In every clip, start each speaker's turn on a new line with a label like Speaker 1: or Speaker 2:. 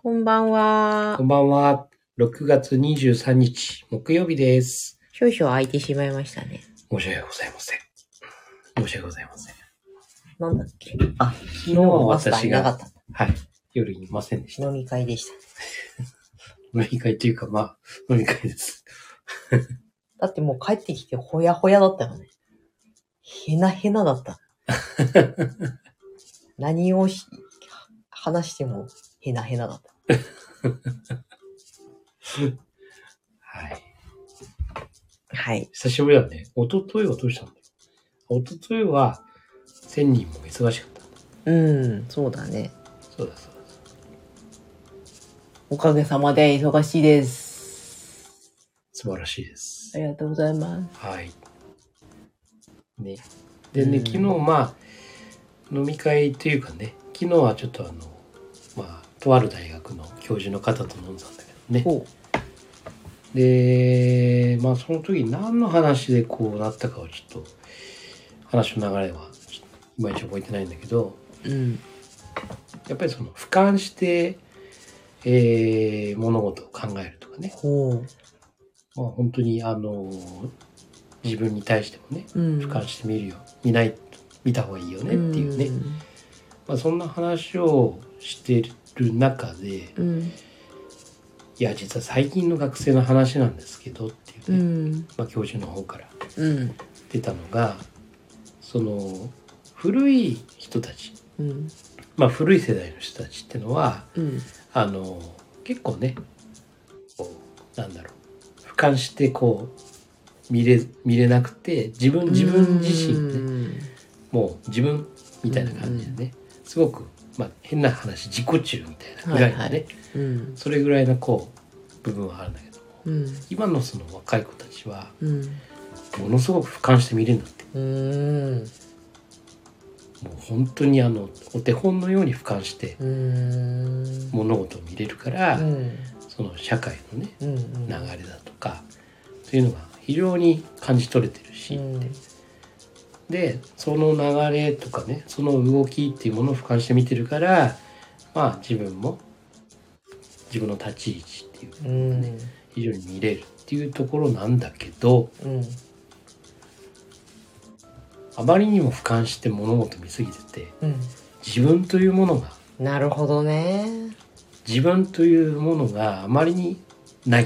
Speaker 1: こんばんは。
Speaker 2: こんばんは。6月23日、木曜日です。
Speaker 1: 少々空いてしまいましたね。
Speaker 2: 申し訳ございません。申し訳ございません。
Speaker 1: なんだっけ？あ、昨日
Speaker 2: は
Speaker 1: マスターいなかった。
Speaker 2: はい。夜にいませんでした。
Speaker 1: 飲み会でした。
Speaker 2: 飲み会というか、飲み会です。
Speaker 1: だってもう帰ってきてほやほやだったよね。へなへなだった。何を話してもへなへなだった。
Speaker 2: はい。
Speaker 1: はい。
Speaker 2: 久しぶりだね。一昨日はどうしたんだろう。一昨日は1000人も忙しかった。
Speaker 1: そうだね。
Speaker 2: そうだ。
Speaker 1: おかげさまで忙しいです。
Speaker 2: 素晴らしいです。
Speaker 1: ありがとうございます。
Speaker 2: はい。ね。でね、昨日飲み会というかね、昨日はちょっととある大学の教授の方と飲んだんだけどね。で、その時何の話でこうなったかはちょっと話の流れはいまいち覚えてないんだけど、やっぱりその俯瞰して、物事を考えるとかね。本当に自分に対してもね、俯瞰して見た方がいいよねっていうね。そんな話をしてる中で、いや実は最近の学生の話なんですけどっていうね、教授の方から出たのが、その古い人たち、古い世代の人たちっていうのは、結構ね、俯瞰してこう見れなくて、自分自身ね、もう自分みたいな感じでね、すごく変な話自己中みたいなぐらいのね、それぐらいのこう部分はあるんだけども、今のその若い子たちは、ものすごく俯瞰して見れるんだって。もう本当にお手本のように俯瞰して物事を見れるから、その社会のね、流れだとかそういうのが非常に感じ取れてるし、でその流れとかね、その動きっていうものを俯瞰して見てるから、自分も自分の立ち位置っていうのがね、非常に見れるっていうところなんだけど、あまりにも俯瞰して物事見すぎてて、自分というものが、
Speaker 1: なるほどね。
Speaker 2: 自分というものがあまりにない。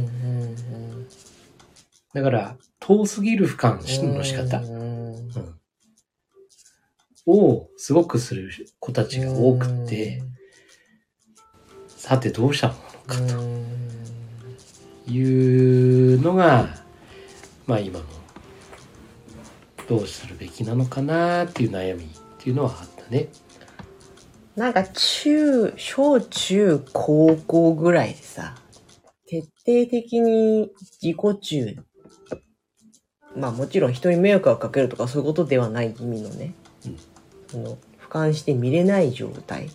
Speaker 2: だから遠すぎる俯瞰の仕方、をすごくする子たちが多くて、さてどうしたものかというのが、今のどうするべきなのかなっていう悩みっていうのはあったね。
Speaker 1: なんか小中高校ぐらいでさ、徹底的に自己中、もちろん人に迷惑をかけるとかそういうことではない意味のね、俯瞰して見れない状態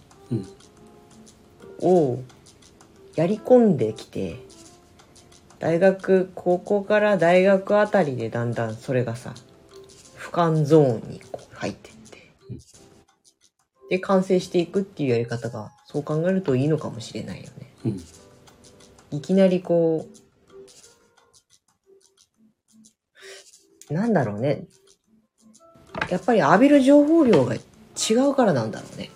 Speaker 1: をやり込んできて、高校から大学あたりでだんだんそれがさ、俯瞰ゾーンに入ってって、で完成していくっていうやり方が、そう考えるといいのかもしれないよね。いきなりこう、なんだろうね、やっぱり浴びる情報量が違うからなんだろうね。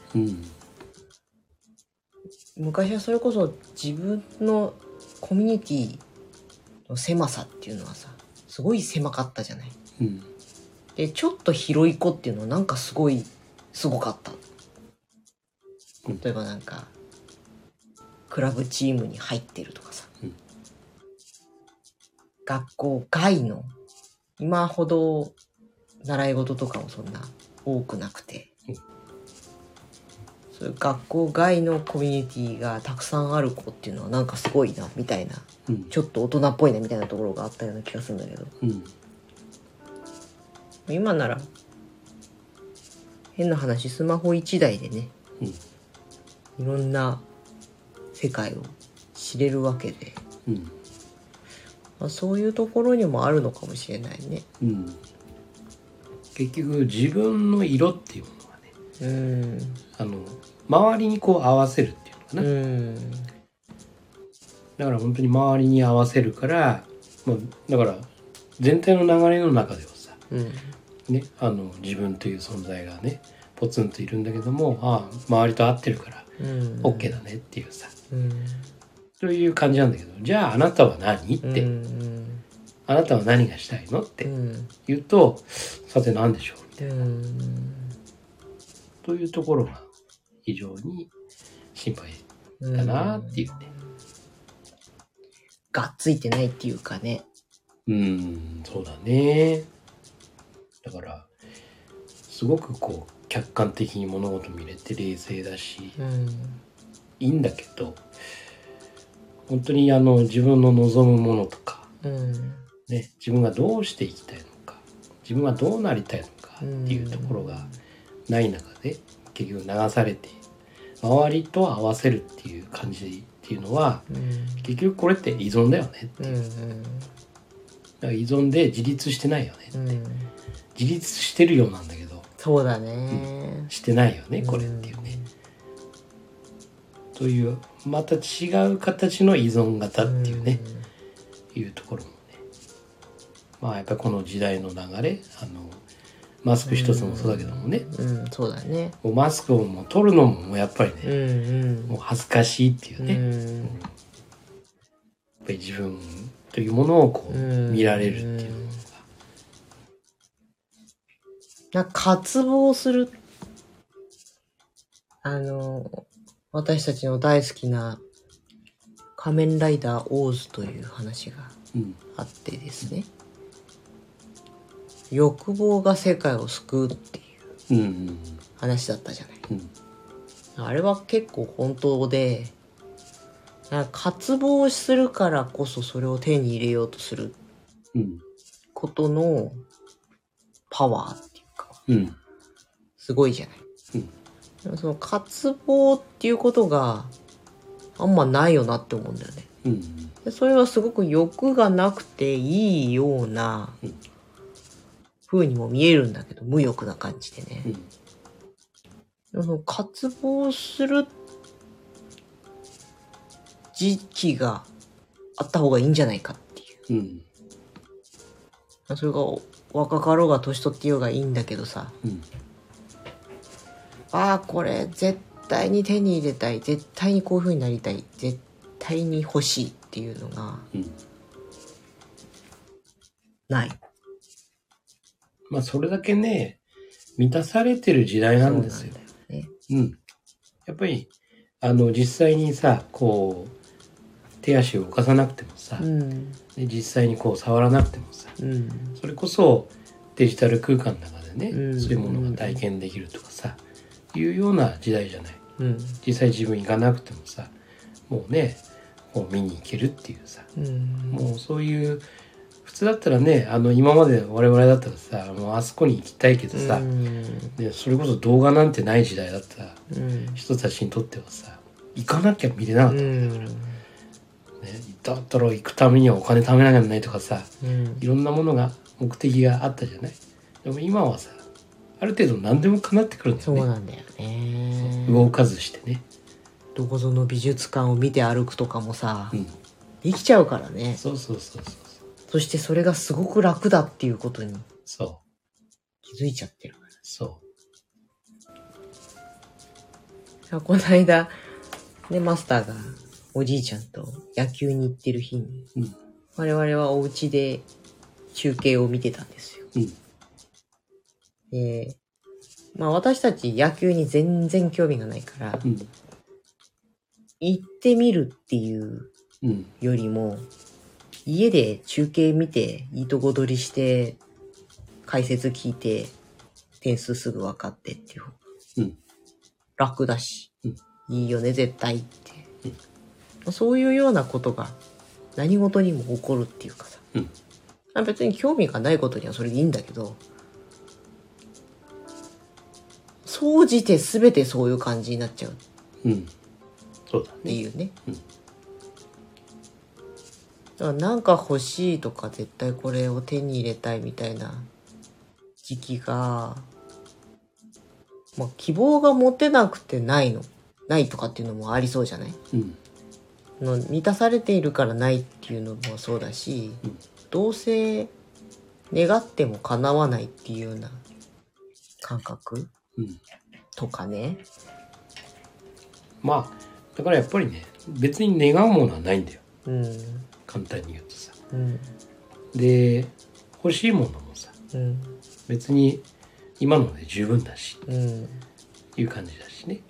Speaker 1: 昔はそれこそ自分のコミュニティの狭さっていうのはさ、すごい狭かったじゃない。でちょっと広い子っていうのはなんかすごかった。例えばなんかクラブチームに入ってるとかさ、学校外の今ほど習い事とかもそんな多くなくて、そういう学校外のコミュニティがたくさんある子っていうのはなんかすごいなみたいな、ちょっと大人っぽいなみたいなところがあったような気がするんだけど、今なら変な話、スマホ1台でね、いろんな世界を知れるわけで、そういうところにもあるのかもしれないね。
Speaker 2: 結局自分の色っていうものがね、周りにこう合わせるっていうのかな。だから本当に周りに合わせるから、もうだから全体の流れの中ではさ、ね、自分という存在がねポツンといるんだけども、周りと合ってるから OK だねっていうさ、という感じなんだけど、じゃああなたは何って、あなたは何がしたいのって言うと、さて何でしょうみたいな、というところが非常に心配だなっていうね。
Speaker 1: がっついてないっていうかね。
Speaker 2: そうだね。だからすごくこう客観的に物事見れて冷静だし、いいんだけど、本当に自分の望むものとか、ね、自分がどうしていきたいのか、自分はどうなりたいのかっていうところがない中で結局流されて、周りと合わせるっていう感じっていうのは、結局これって依存だよねっていう、だから依存で自立してないよねって、自立してるようなんだけど、
Speaker 1: そうだね、
Speaker 2: してないよねこれっていうね、というまた違う形の依存型っていうね、いうところもね、まあやっぱりこの時代の流れ、マスク一つもそうだけどもね、
Speaker 1: そうだね、
Speaker 2: もうマスクをもう取るのももうやっぱりね、もう恥ずかしいっていうね、やっぱり自分というものをこう見られるっていうのが、
Speaker 1: なんか渇望する、私たちの大好きな仮面ライダーオーズという話があってですね、欲望が世界を救うっていう話だったじゃない、あれは結構本当で、なんか渇望するからこそそれを手に入れようとすることのパワーっていうか、すごいじゃない、その渇望っていうことがあんまないよなって思うんだよね、でそれはすごく欲がなくていいような風にも見えるんだけど、無欲な感じでね、その渇望する時期があった方がいいんじゃないかっていう、それが若かろうが年取ってようがいいんだけどさ、これ絶対に手に入れたい、絶対にこういう風になりたい、絶対に欲しいっていうのがない、
Speaker 2: まあそれだけね満たされてる時代なんですよ。やっぱり実際にさこう手足を動かさなくてもさ、で実際にこう触らなくてもさ、それこそデジタル空間の中でね、そういうものが体験できるとかさ、いうような時代じゃない、実際自分行かなくてもさ、もうねこう見に行けるっていうさ、もうそういう普通だったらね今まで我々だったらさもうあそこに行きたいけどさ、でそれこそ動画なんてない時代だった人たちにとってはさ行かなきゃ見れなかったわけだから、だったら行くためにはお金貯めなきゃならないとかさ、いろんなものが目的があったじゃない。でも今はさある程度何でも叶ってくるんだよね。
Speaker 1: そうなんだよね。
Speaker 2: 動かずしてね、
Speaker 1: どこぞの美術館を見て歩くとかもさ、できちゃうからね。
Speaker 2: そう
Speaker 1: そしてそれがすごく楽だっていうことに気づいちゃってるから。この間ね、マスターがおじいちゃんと野球に行ってる日に、我々はお家で中継を見てたんですよ。まあ私たち野球に全然興味がないから、行ってみるっていうよりも、家で中継見ていいとこ取りして解説聞いて点数すぐ分かってっていう方が楽だし、いいよね絶対って、そういうようなことが何事にも起こるっていうかさ、別に興味がないことにはそれでいいんだけど、総じて全てそういう感じになっちゃうっていうね。だからなんか欲しいとか絶対これを手に入れたいみたいな時期が、希望が持てなくてないの。 ないとかっていうのもありそうじゃない、
Speaker 2: うん、
Speaker 1: 満たされているからないっていうのもそうだし、どうせ願っても叶わないっていうような感覚、とかね。
Speaker 2: まあだからやっぱりね、別に願うものはないんだよ、簡単に言うとさ、で欲しいものもさ、別に今ので十分だし、いう感じだしね。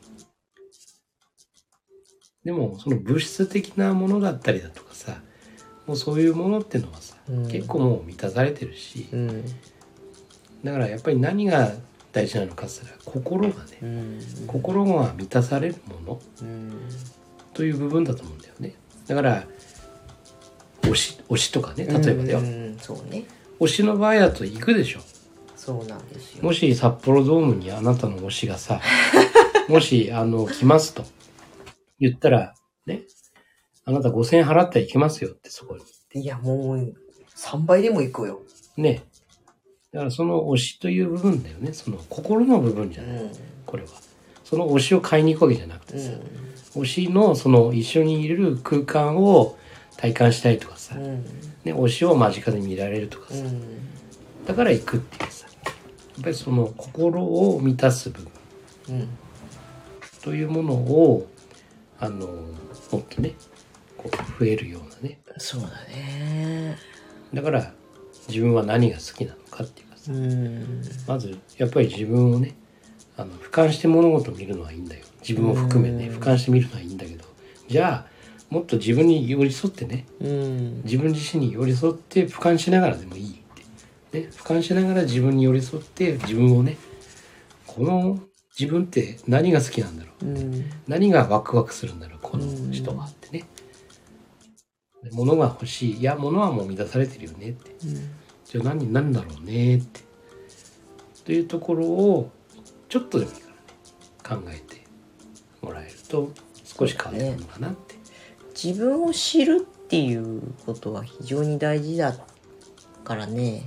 Speaker 2: でもその物質的なものだったりだとかさ、もうそういうものってのはさ、結構もう満たされてるし、だからやっぱり何が大事なのかって言ったら心がね、心が満たされるもの、という部分だと思うんだよね。だから推しとかね、例えばだよ、
Speaker 1: そうね、
Speaker 2: 推しの場合だと行くでしょ。
Speaker 1: そうなんですよ。
Speaker 2: もし札幌ドームにあなたの推しがさもし来ますと言ったらね、あなた5000円払ったら行けますよって、そこに。
Speaker 1: いやもう3倍でも行くよ
Speaker 2: ね。だからその推しという部分だよね。その心の部分じゃない、これは。その推しを買いに行くわけじゃなくてさ、推しのその一緒にいる空間を体感したいとかさ、ね、推しを間近で見られるとかさ、だから行くっていうさ、やっぱりその心を満たす部分、というものをもっとねこう増えるようなね。
Speaker 1: そうだね。
Speaker 2: だから自分は何が好きなのかっていうかさ、まずやっぱり自分をね俯瞰して物事を見るのはいいんだよ。自分を含めね俯瞰して見るのはいいんだけど、じゃあもっと自分に寄り添ってね、自分自身に寄り添って俯瞰しながらでもいいってね、俯瞰しながら自分に寄り添って自分をね、この自分って何が好きなんだろうって、何がワクワクするんだろうこの人はってね、物が欲しい、いや物はもう満たされてるよねって、じゃあ何だろうねってというところをちょっとでもいいからね考えてもらえると少し変わってくるのかなって、
Speaker 1: 自分を知るっていうことは非常に大事だからね、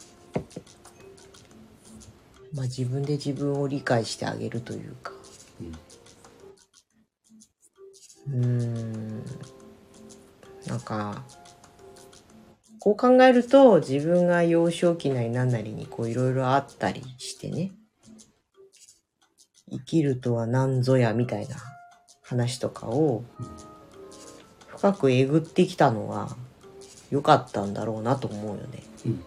Speaker 1: まあ自分で自分を理解してあげるというか、なんかこう考えると、自分が幼少期なり何なりにこういろいろあったりしてね、生きるとは何ぞやみたいな話とかを深くえぐってきたのは良かったんだろうなと思うよね。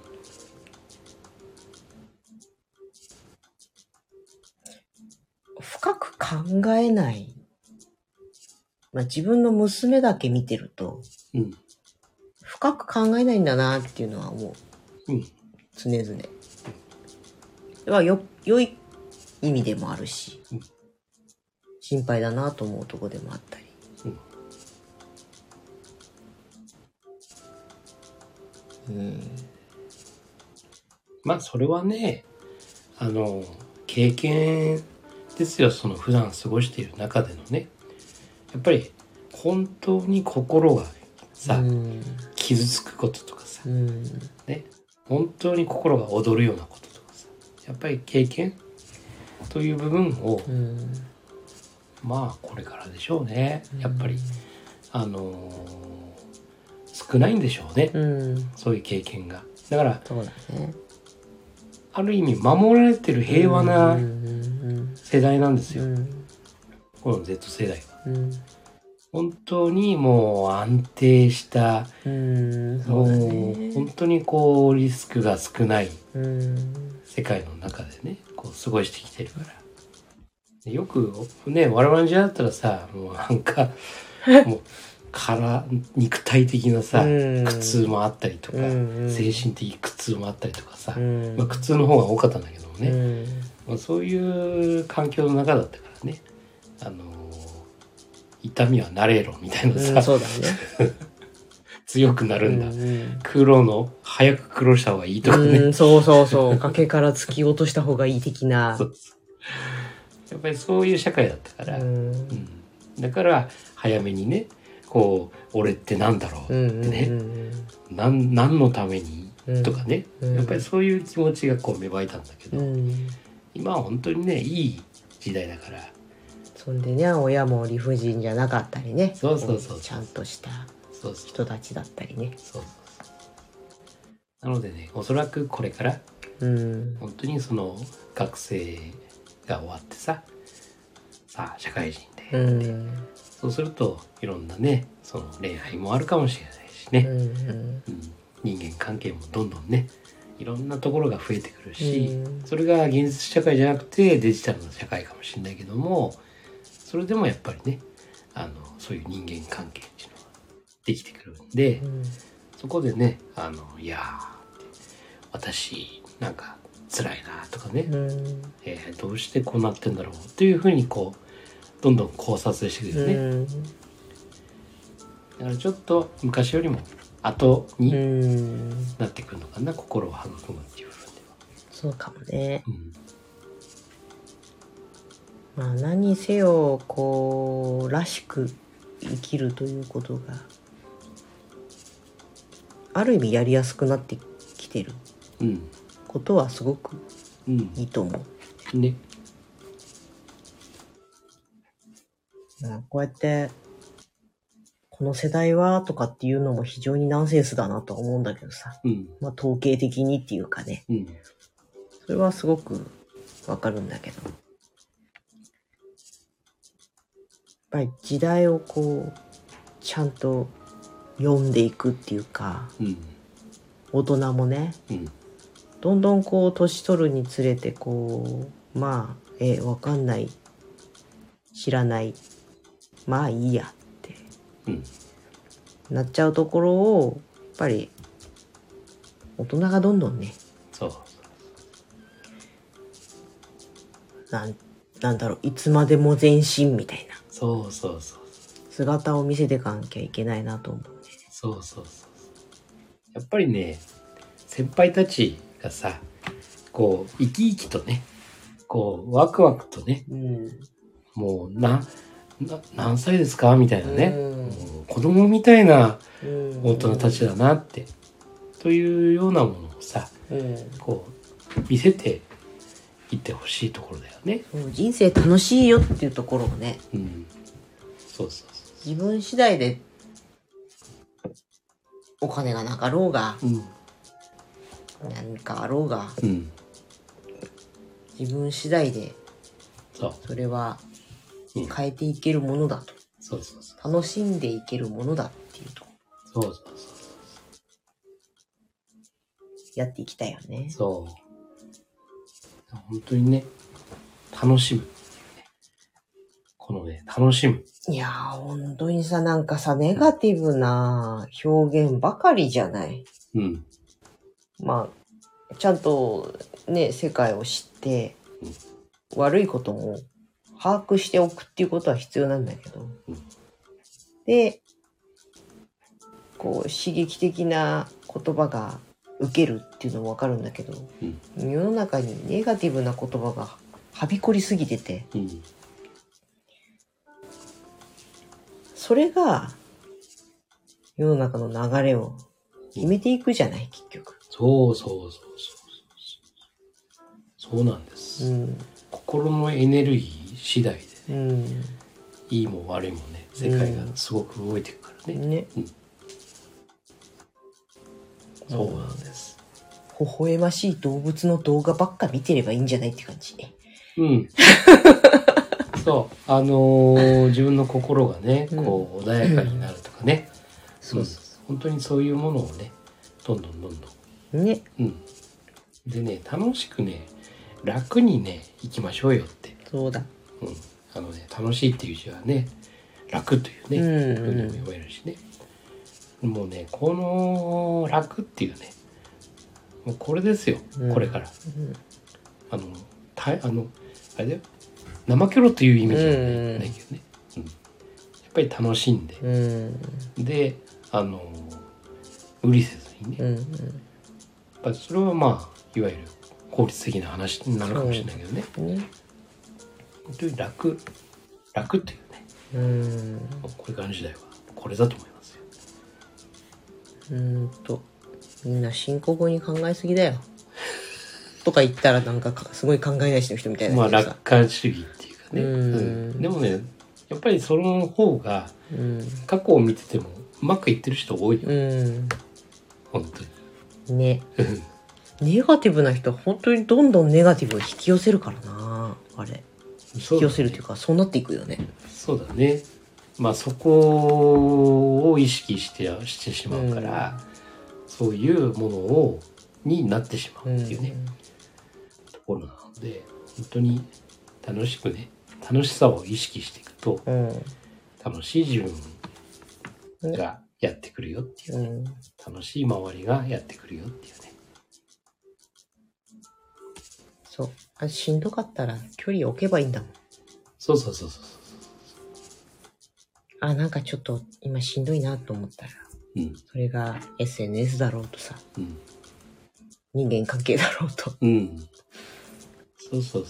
Speaker 1: 深く考えない。まあ自分の娘だけ見てると、深く考えないんだなっていうのは思う。常々。良い意味でもあるし、心配だなと思うとこでもあったり。
Speaker 2: まあそれはね、経験ですよ。その普段過ごしている中でのね、やっぱり本当に心がさ、傷つくこととかさ、ね、本当に心が躍るようなこととかさ、やっぱり経験という部分を、まあこれからでしょうね。やっぱり少ないんでしょうね、そういう経験が。だから
Speaker 1: そうだね、
Speaker 2: ある意味守られてる平和な世代なんですよ、この Z 世代は。本当にもう安定した、もう本当にこうリスクが少ない世界の中でね、こう過ごしてきてるから。よくね、我々の時代だったらさ、もうなんかもう肉体的なさ、苦痛もあったりとか、精神的苦痛もあったりとかさ、まあ、苦痛の方が多かったんだけどもね、まあ、そういう環境の中だったからね、痛みは慣れろみたいなさ、
Speaker 1: そうだね
Speaker 2: 強くなるんだ、早く苦労した方がいいとかね、
Speaker 1: そう崖から突き落とした方がいい的な
Speaker 2: そうやっぱりそういう社会だったから、だから早めにね、こう俺ってなんだろうってね、何のためにとかね、やっぱりそういう気持ちがこう芽生えたんだけど、今は本当にねいい時代だから、
Speaker 1: そんでね、親も理不尽じゃなかったりね、
Speaker 2: そうそうそう、
Speaker 1: ちゃんとした
Speaker 2: そうそう
Speaker 1: 人たちだったりね。
Speaker 2: そうなのでね、おそらくこれから本当にその学生が終わってさあ社会人で、そうするといろんなねその恋愛もあるかもしれないしね、人間関係もどんどんねいろんなところが増えてくるし、それが現実社会じゃなくてデジタルの社会かもしれないけども、それでもやっぱりねそういう人間関係っていうのはできてくるんで、そこでねいやー私なんか辛いなとかね、どうしてこうなってんだろうっていうふうにこうどんどん考察してくるね、だからちょっと昔よりも後になってくるのかな、心を育むっていう部分では。
Speaker 1: そうかもね、まあ何にせよこうらしく生きるということがある意味やりやすくなってきてることはすごくいいと思う、ね。こうやってこの世代はとかっていうのも非常にナンセンスだなと思うんだけどさ、まあ統計的にっていうかね、それはすごくわかるんだけど、やっぱり時代をこうちゃんと読んでいくっていうか、大人もね、どんどんこう年取るにつれてこうまあわかんない知らないまあいいやってなっちゃうところをやっぱり大人がどんどんね、なんだろう、いつまでも前進みたいな姿を見せていかなきゃいけないなと思うね。
Speaker 2: やっぱりね先輩たちがさこう生き生きとねこうワクワクとね、もう何歳ですかみたいなね、子供みたいな大人たちだなって、というようなものをさ、こう見せていってほしいところだよね。
Speaker 1: 人生楽しいよっていうところをね、自分次第でお金がなかろうが、何かあろうが、自分次第でそれは変えていけるものだと、楽しんでいけるものだっていうと、やっていきたいよね。
Speaker 2: 本当にね楽しむ、このね楽しむ、
Speaker 1: いやー本当にさ、なんかさネガティブな表現ばかりじゃない。まあちゃんとね世界を知って、悪いことも把握しておくっていうことは必要なんだけど、でこう刺激的な言葉が受けるっていうのも分かるんだけど、世の中にネガティブな言葉がはびこりすぎてて、それが世の中の流れを決めていくじゃない、結局。
Speaker 2: そうなんです、心のエネルギー次第でね、いいも悪いもね世界がすごく動いていくからね。そうなんです。
Speaker 1: 微笑ましい動物の動画ばっか見てればいいんじゃないって感じ。
Speaker 2: 自分の心がねこう穏やかになるとかね、本当にそういうものをねどんどんね、でね楽しくね楽にね生きましょうよって。
Speaker 1: そうだ。
Speaker 2: 楽しいっていう字はね楽というねふうにも読めるしね、もうねこの楽っていうねもうこれですよ、これから、あれだよ、怠けろという意味じゃないけどね、やっぱり楽しんで、で無理せずにね、やっぱりそれはまあいわゆる効率的な話になるかもしれないけどね、本当に楽っていうね、これからの時代はこれだと思いますよ。
Speaker 1: みんな進行後に考えすぎだよとか言ったらなんかすごい考えない人みたいな。
Speaker 2: 楽観主義っていうかね。でもね、やっぱりその方が過去を見ててもうまくいってる人多いよ。本当に。
Speaker 1: ね。ネガティブな人は本当にどんどんネガティブを引き寄せるからな、あれ。引き寄せるというか、そうなっていくよね。
Speaker 2: そうだね。まあそこを意識してしまうから、そういうものになってしまうっていうね、ところなので、本当に楽しくね、楽しさを意識していくと、楽しい自分がやってくるよっていうね、楽しい周りがやってくるよっていうね。
Speaker 1: そう。しんどかったら距離を置けばいいんだもん。
Speaker 2: そうそうそうそう。
Speaker 1: なんかちょっと今しんどいなと思ったら、それが SNS だろうとさ、人間関係だろうと。
Speaker 2: そうそうそう。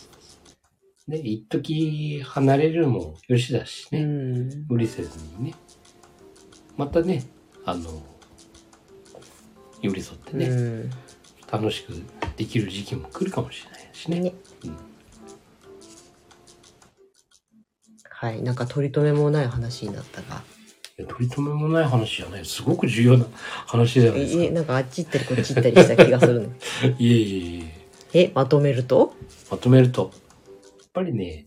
Speaker 2: ね、一時離れるもよしだしね、無理せずにね、またね、寄り添ってね、楽しくできる時期も来るかもしれないしね。
Speaker 1: はい、なんか取り留めもない話になったが。
Speaker 2: 取り留めもない話じゃない。すごく重要な話じゃないですか。
Speaker 1: なんかあっち行ったりこっち行ったりした気がするの。
Speaker 2: いえ。
Speaker 1: まとめると、
Speaker 2: やっぱりね、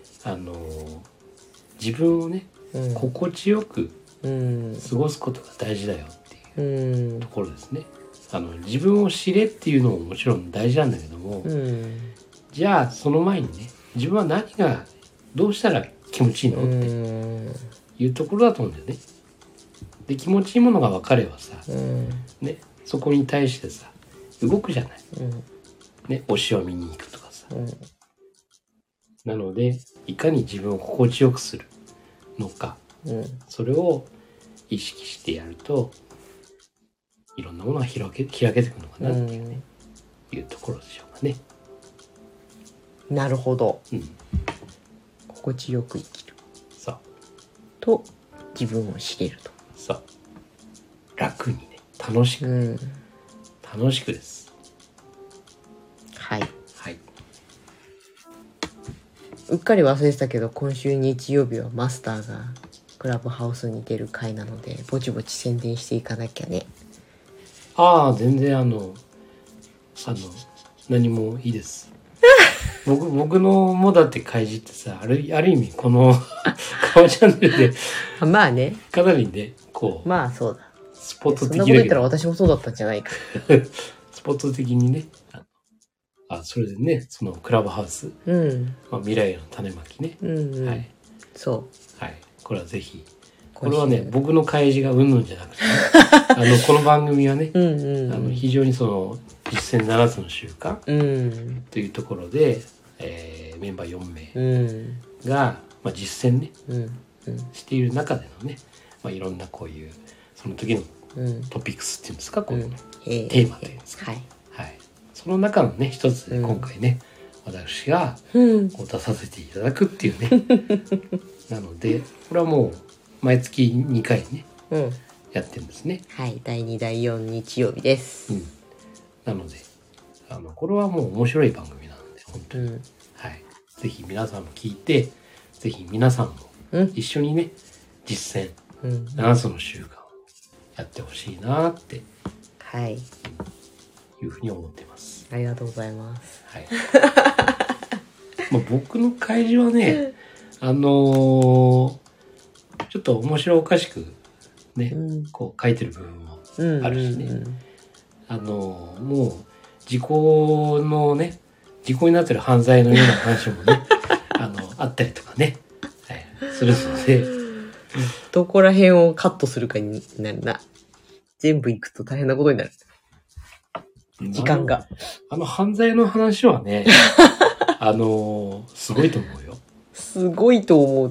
Speaker 2: 自分をね、心地よく過ごすことが大事だよっていうところですね。自分を知れっていうのももちろん大事なんだけども、じゃあその前にね、自分は何がどうしたら気持ちいいのっていうところだと思うんだよね。で、気持ちいいものが分かればさ、ね、そこに対してさ動くじゃない。ね、推しを見に行くとかさ。なので、いかに自分を心地よくするのか、それを意識してやると、いろんなものが開けてくるのかなっていうね、いうところでしょうかね。
Speaker 1: なるほど。心地よく生きる。
Speaker 2: そう。
Speaker 1: と、自分を知れると。
Speaker 2: そう。楽にね、楽しく、楽しくです。
Speaker 1: はい。
Speaker 2: はい。
Speaker 1: うっかり忘れてたけど、今週日曜日はマスターがクラブハウスに出る回なので、ぼちぼち宣伝していかなきゃね。
Speaker 2: 全然何もいいです。僕のもだって開示ってさ、ある意味このカワチャンネルで
Speaker 1: まあね、
Speaker 2: かなりね、こう、
Speaker 1: まあそうだ、
Speaker 2: スポット的だけど、
Speaker 1: そんなこと言ったら私もそうだったんじゃないか。
Speaker 2: スポット的にね、それでね、そのクラブハウス、未来への種まきね、はい、
Speaker 1: そう、
Speaker 2: はい、これはぜひ、これはね、僕の開示がうんぬんじゃなくてね、この番組はね、非常にその実践7つの習慣というところで、メンバー4名が、実践ね、している中でのね、いろんなこういうその時のトピックスっていうんですか、このテーマというんですか、その中のね一つで今回ね、私がこう出させていただくっていうねなのでこれはもう毎月2回ね、やってるんですね。
Speaker 1: はい、第2第4日曜日です。
Speaker 2: なのでこれはもう面白い番組なので本当に、はい、ぜひ皆さんも聞いて、ぜひ皆さんも一緒にね、実践7つの習慣をやってほしいなって、いうふうに思ってます。
Speaker 1: ありがとうございます。
Speaker 2: はい。僕の開示はね、ちょっと面白おかしくね、こう書いてる部分もあるしね、もう時効になってる犯罪のような話もねあったりとかね、するので、
Speaker 1: どこら辺をカットするかになるな。全部いくと大変なことになる。時間が。
Speaker 2: 犯罪の話はね、すごいと思うよ。
Speaker 1: すごいと思うって。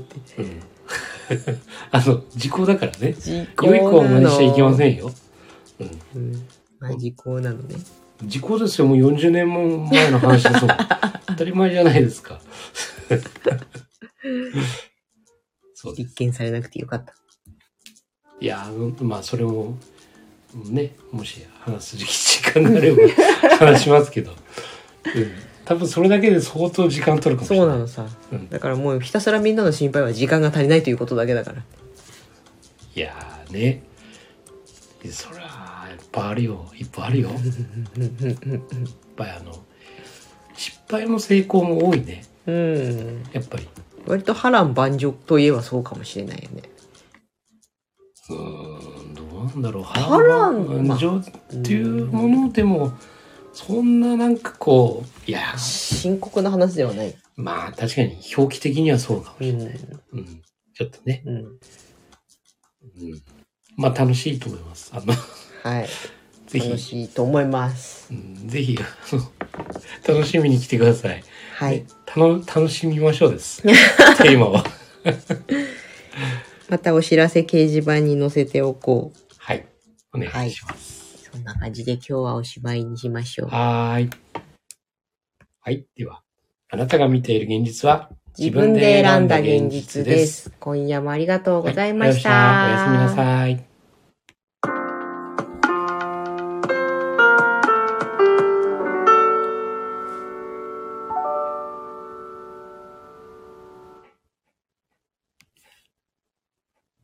Speaker 2: 時効だからね。良い子を真似しちゃいけませんよ。
Speaker 1: 時効なのね。
Speaker 2: 時効ですよ。もう40年も前の話ですもん。当たり前じゃないですか。
Speaker 1: そうです。立件されなくてよかった。
Speaker 2: いや、それもね、もし話す時間があれば話しますけど、 多分それだけで相当時間取るかもしれない。
Speaker 1: そうなのさ、だからもうひたすらみんなの心配は時間が足りないということだけだから。
Speaker 2: いやーね、そりゃやっぱあるよ、いっぱいあるよ。やっぱり失敗も成功も多いね。やっぱり
Speaker 1: 割と波乱万丈といえばそうかもしれないよね。
Speaker 2: どうなんだろう。波乱万丈っていうものでもそんななんかこう、いや
Speaker 1: 深刻な話ではない。
Speaker 2: まあ確かに表記的にはそうかもしれない。ちょっとね。まあ楽しいと思います。
Speaker 1: はい。ぜひ楽しいと思います。
Speaker 2: ぜひ楽しみに来てください。
Speaker 1: はい。
Speaker 2: 楽しみましょうです。テーマは。
Speaker 1: またお知らせ掲示板に載せておこう。
Speaker 2: はい。お願いします。
Speaker 1: そんな感じで今日はおしまいにしましょう。
Speaker 2: はい。では、あなたが見ている現実は
Speaker 1: 自分で選んだ現実です。今夜もありがとうございました。
Speaker 2: おやすみなさい。